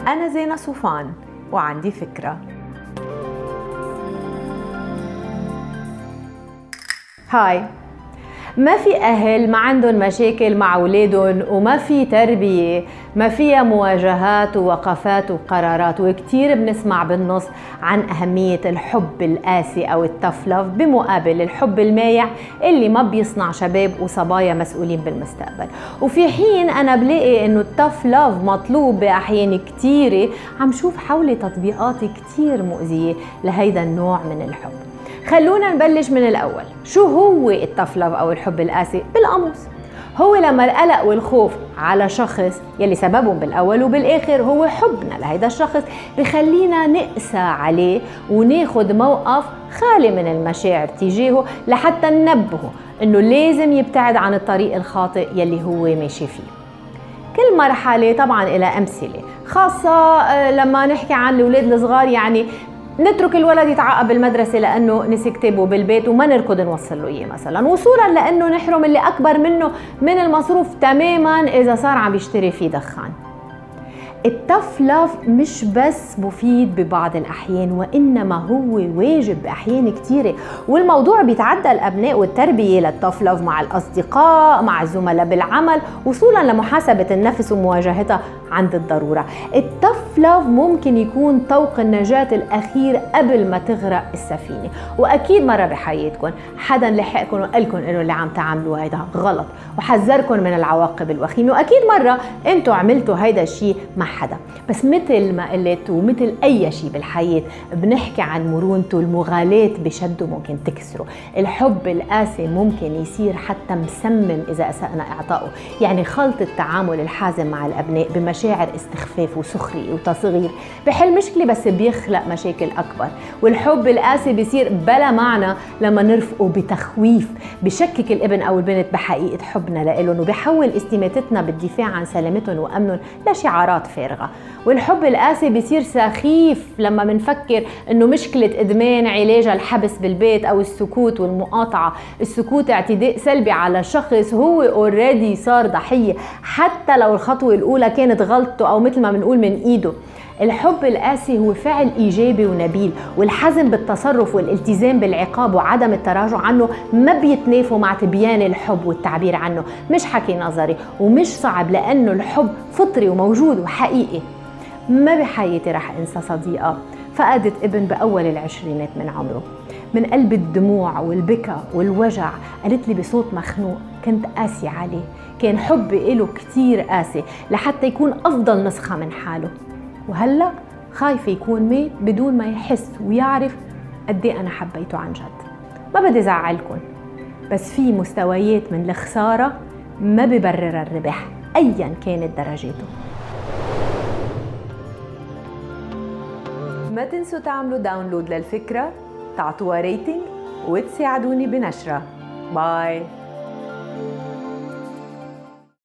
أنا زينة صوفان وعندي فكرة. هاي، ما في أهل ما عندهم مشاكل مع أولادهم وما في تربية ما فيها مواجهات ووقفات وقرارات، وكتير بنسمع بالنص عن أهمية الحب القاسي أو التف لاف بمقابل الحب المايع اللي ما بيصنع شباب وصبايا مسؤولين بالمستقبل. وفي حين أنا بلاقي إنه التف لاف مطلوب بأحيان كتيرة، عم شوف حولي تطبيقات كتير مؤذية لهيدا النوع من الحب. خلونا نبلش من الأول. شو هو التف لاف أو الحب القاسي؟ بالقاموس هو لما القلق والخوف على شخص يلي سببهم بالأول وبالآخر هو حبنا لهيدا الشخص بخلينا نقسى عليه وناخد موقف خالي من المشاعر تجاهه لحتى ننبهه إنه لازم يبتعد عن الطريق الخاطئ يلي هو ماشي فيه. كل مرحلة طبعا إلى أمثلة، خاصة لما نحكي عن الأولاد الصغار، يعني نترك الولد يتعاقب بالمدرسة لأنه نسي كتابه بالبيت وما نركض نوصل له إياه مثلا، وصولا لأنه نحرم اللي أكبر منه من المصروف تماما إذا صار عم يشتري فيه دخان. التف لاف مش بس مفيد ببعض الأحيان، وإنما هو واجب بأحيان كتيرة، والموضوع بيتعدى الأبناء والتربية للتف لاف مع الأصدقاء مع الزملاء بالعمل، وصولا لمحاسبة النفس ومواجهتها عند الضرورة. التف لاف ممكن يكون طوق النجاة الأخير قبل ما تغرق السفينة. وأكيد مرة بحياتكم حدا لحقكم وقالكم إنه اللي عم تعملوا هيدا غلط وحذركم من العواقب الوخيمة، وأكيد مرة أنتوا عملتوا هيدا الشيء مع حدا. بس مثل ما قلت ومثل أي شيء بالحياة بنحكي عن مرونته، المغالاة بشده ممكن تكسره. الحب القاسي ممكن يصير حتى مسمم إذا أسأنا إعطائه، يعني خلط التعامل الحازم مع الأبناء بمشاعر استخفاف وسخرية وتصغير بحل مشكلة بس بيخلق مشاكل أكبر. والحب القاسي بيصير بلا معنى لما نرفقه بتخويف بشكك الابن أو البنت بحقيقة حبنا لإلهم وبيحول استماتتنا بالدفاع عن سلامتهم وأمنهم لشعارات فارغة. والحب القاسي بيصير سخيف لما منفكر إنه مشكلة إدمان علاجها الحبس بالبيت أو السكوت والمقاطعة. السكوت اعتداء سلبي على شخص هو اوريدي صار ضحية حتى لو الخطوة الأولى كانت غلطته أو مثل ما بنقول من إيده. الحب القاسي هو فعل إيجابي ونبيل، والحزم بالتصرف والالتزام بالعقاب وعدم التراجع عنه ما بيتنافوا مع تبيان الحب والتعبير عنه. مش حكي نظري ومش صعب لأنه الحب فطري وموجود وحقيقي. ما بحياتي رح أنسى صديقة فقدت ابن بأول العشرينات من عمره، من قلب الدموع والبكا والوجع قالت لي بصوت مخنوق كنت قاسي عليه، كان حبي إله كتير قاسي لحتى يكون أفضل نسخة من حاله، وهلأ خايفة يكون مات بدون ما يحس ويعرف قد ايه أنا حبيته عن جد. ما بدي زعلكن، بس في مستويات من الخسارة ما ببرر الربح أيا كانت درجاته. ما تنسوا تعملوا داونلود للفكرة، تعطوها ريتنج وتساعدوني بنشرها. باي.